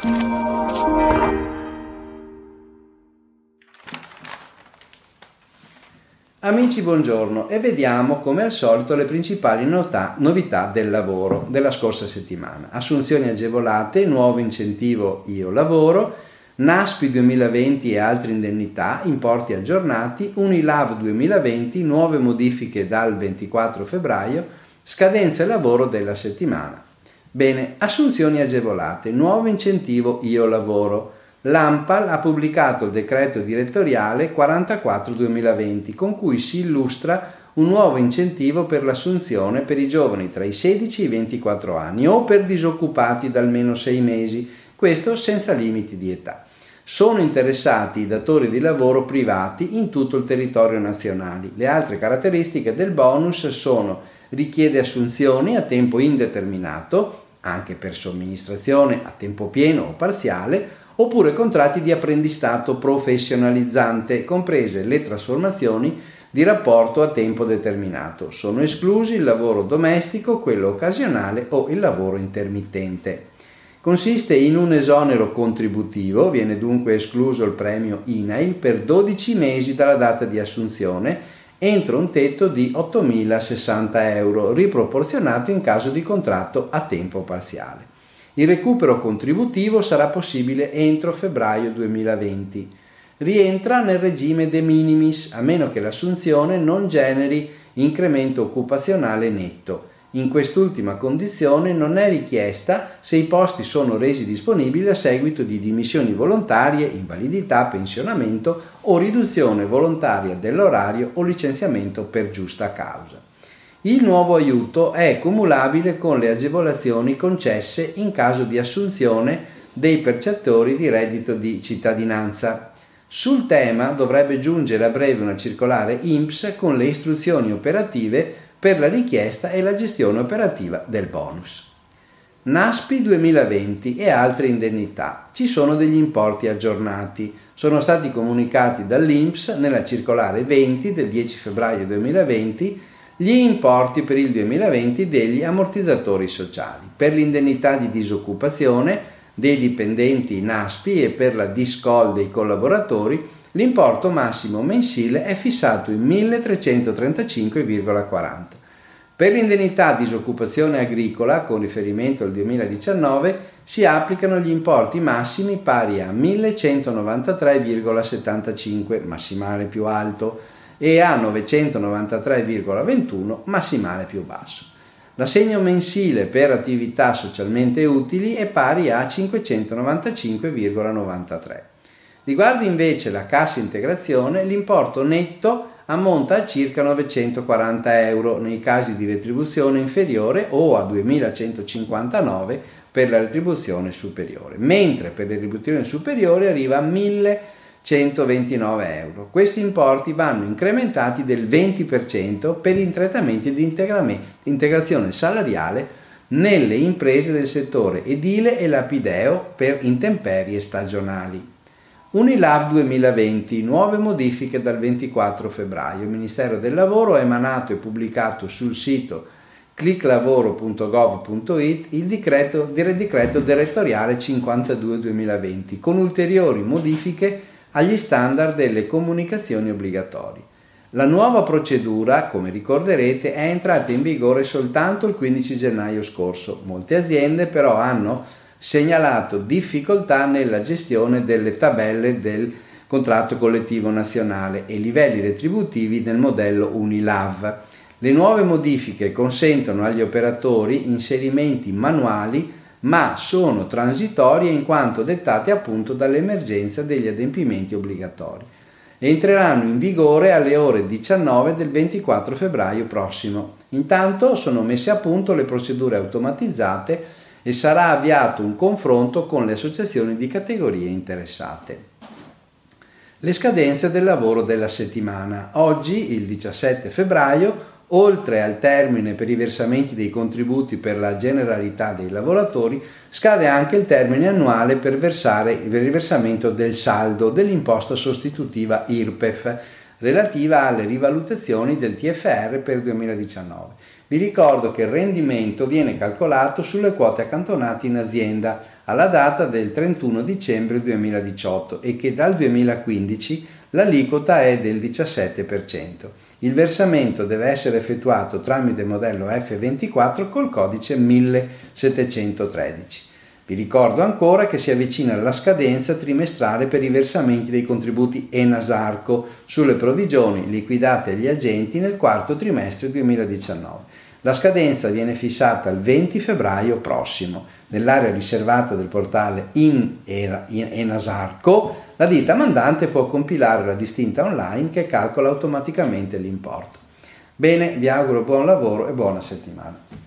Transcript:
Amici, buongiorno, e vediamo come al solito le principali novità del lavoro della scorsa settimana. Assunzioni agevolate, nuovo incentivo Io Lavoro, NASPI 2020 e altre indennità, importi aggiornati, Unilav 2020, nuove modifiche dal 24 febbraio, scadenza lavoro della settimana. Bene, assunzioni agevolate, nuovo incentivo Io Lavoro. L'ANPAL ha pubblicato il decreto direttoriale 44/2020 con cui si illustra un nuovo incentivo per l'assunzione per i giovani tra i 16 e i 24 anni o per disoccupati da almeno 6 mesi, questo senza limiti di età. Sono interessati i datori di lavoro privati in tutto il territorio nazionale. Le altre caratteristiche del bonus sono: richiede assunzioni a tempo indeterminato, anche per somministrazione a tempo pieno o parziale, oppure contratti di apprendistato professionalizzante, comprese le trasformazioni di rapporto a tempo determinato. Sono esclusi il lavoro domestico, quello occasionale o il lavoro intermittente. Consiste in un esonero contributivo, viene dunque escluso il premio INAIL per 12 mesi dalla data di assunzione, entro un tetto di 8.060 euro, riproporzionato in caso di contratto a tempo parziale. Il recupero contributivo sarà possibile entro febbraio 2020. Rientra nel regime de minimis, a meno che l'assunzione non generi incremento occupazionale netto. In quest'ultima condizione non è richiesta se i posti sono resi disponibili a seguito di dimissioni volontarie, invalidità, pensionamento o riduzione volontaria dell'orario o licenziamento per giusta causa. Il nuovo aiuto è cumulabile con le agevolazioni concesse in caso di assunzione dei percettori di reddito di cittadinanza. Sul tema dovrebbe giungere a breve una circolare INPS con le istruzioni operative per la richiesta e la gestione operativa del bonus. NASPI 2020 e altre indennità. Ci sono degli importi aggiornati. Sono stati comunicati dall'INPS nella circolare 20 del 10 febbraio 2020 gli importi per il 2020 degli ammortizzatori sociali, per l'indennità di disoccupazione dei dipendenti NASPI e per la DISCOL dei collaboratori, l'importo massimo mensile è fissato in 1.335,40. Per l'indennità disoccupazione agricola, con riferimento al 2019, si applicano gli importi massimi pari a 1.193,75, massimale più alto, e a 993,21 massimale più basso. L'assegno mensile per attività socialmente utili è pari a 595,93. Riguardo invece la cassa integrazione, l'importo netto ammonta a circa 940 euro nei casi di retribuzione inferiore o a 2.159 per la retribuzione superiore, mentre per le retribuzioni superiori arriva a 1.129 euro. Questi importi vanno incrementati del 20% per i trattamenti di integrazione salariale nelle imprese del settore edile e lapideo per intemperie stagionali. Unilav 2020, nuove modifiche dal 24 febbraio. Il Ministero del Lavoro ha emanato e pubblicato sul sito cliclavoro.gov.it il decreto direttoriale 52/2020 con ulteriori modifiche agli standard delle comunicazioni obbligatorie. La nuova procedura, come ricorderete, è entrata in vigore soltanto il 15 gennaio scorso. Molte aziende però hanno segnalato difficoltà nella gestione delle tabelle del contratto collettivo nazionale e livelli retributivi nel modello Unilav. Le nuove modifiche consentono agli operatori inserimenti manuali, ma sono transitorie in quanto dettate appunto dall'emergenza degli adempimenti obbligatori. Entreranno in vigore alle ore 19 del 24 febbraio prossimo. Intanto sono messe a punto le procedure automatizzate e sarà avviato un confronto con le associazioni di categorie interessate. Le scadenze del lavoro della settimana. Oggi, il 17 febbraio, oltre al termine per i versamenti dei contributi per la generalità dei lavoratori, scade anche il termine annuale per il riversamento del saldo dell'imposta sostitutiva IRPEF relativa alle rivalutazioni del TFR per 2019. Vi ricordo che il rendimento viene calcolato sulle quote accantonate in azienda alla data del 31 dicembre 2018 e che dal 2015 l'aliquota è del 17%. Il versamento deve essere effettuato tramite modello F24 col codice 1713. Vi ricordo ancora che si avvicina la scadenza trimestrale per i versamenti dei contributi Enasarco sulle provvigioni liquidate agli agenti nel quarto trimestre 2019. La scadenza viene fissata il 20 febbraio prossimo. Nell'area riservata del portale Enasarco, la ditta mandante può compilare la distinta online che calcola automaticamente l'importo. Bene, vi auguro buon lavoro e buona settimana.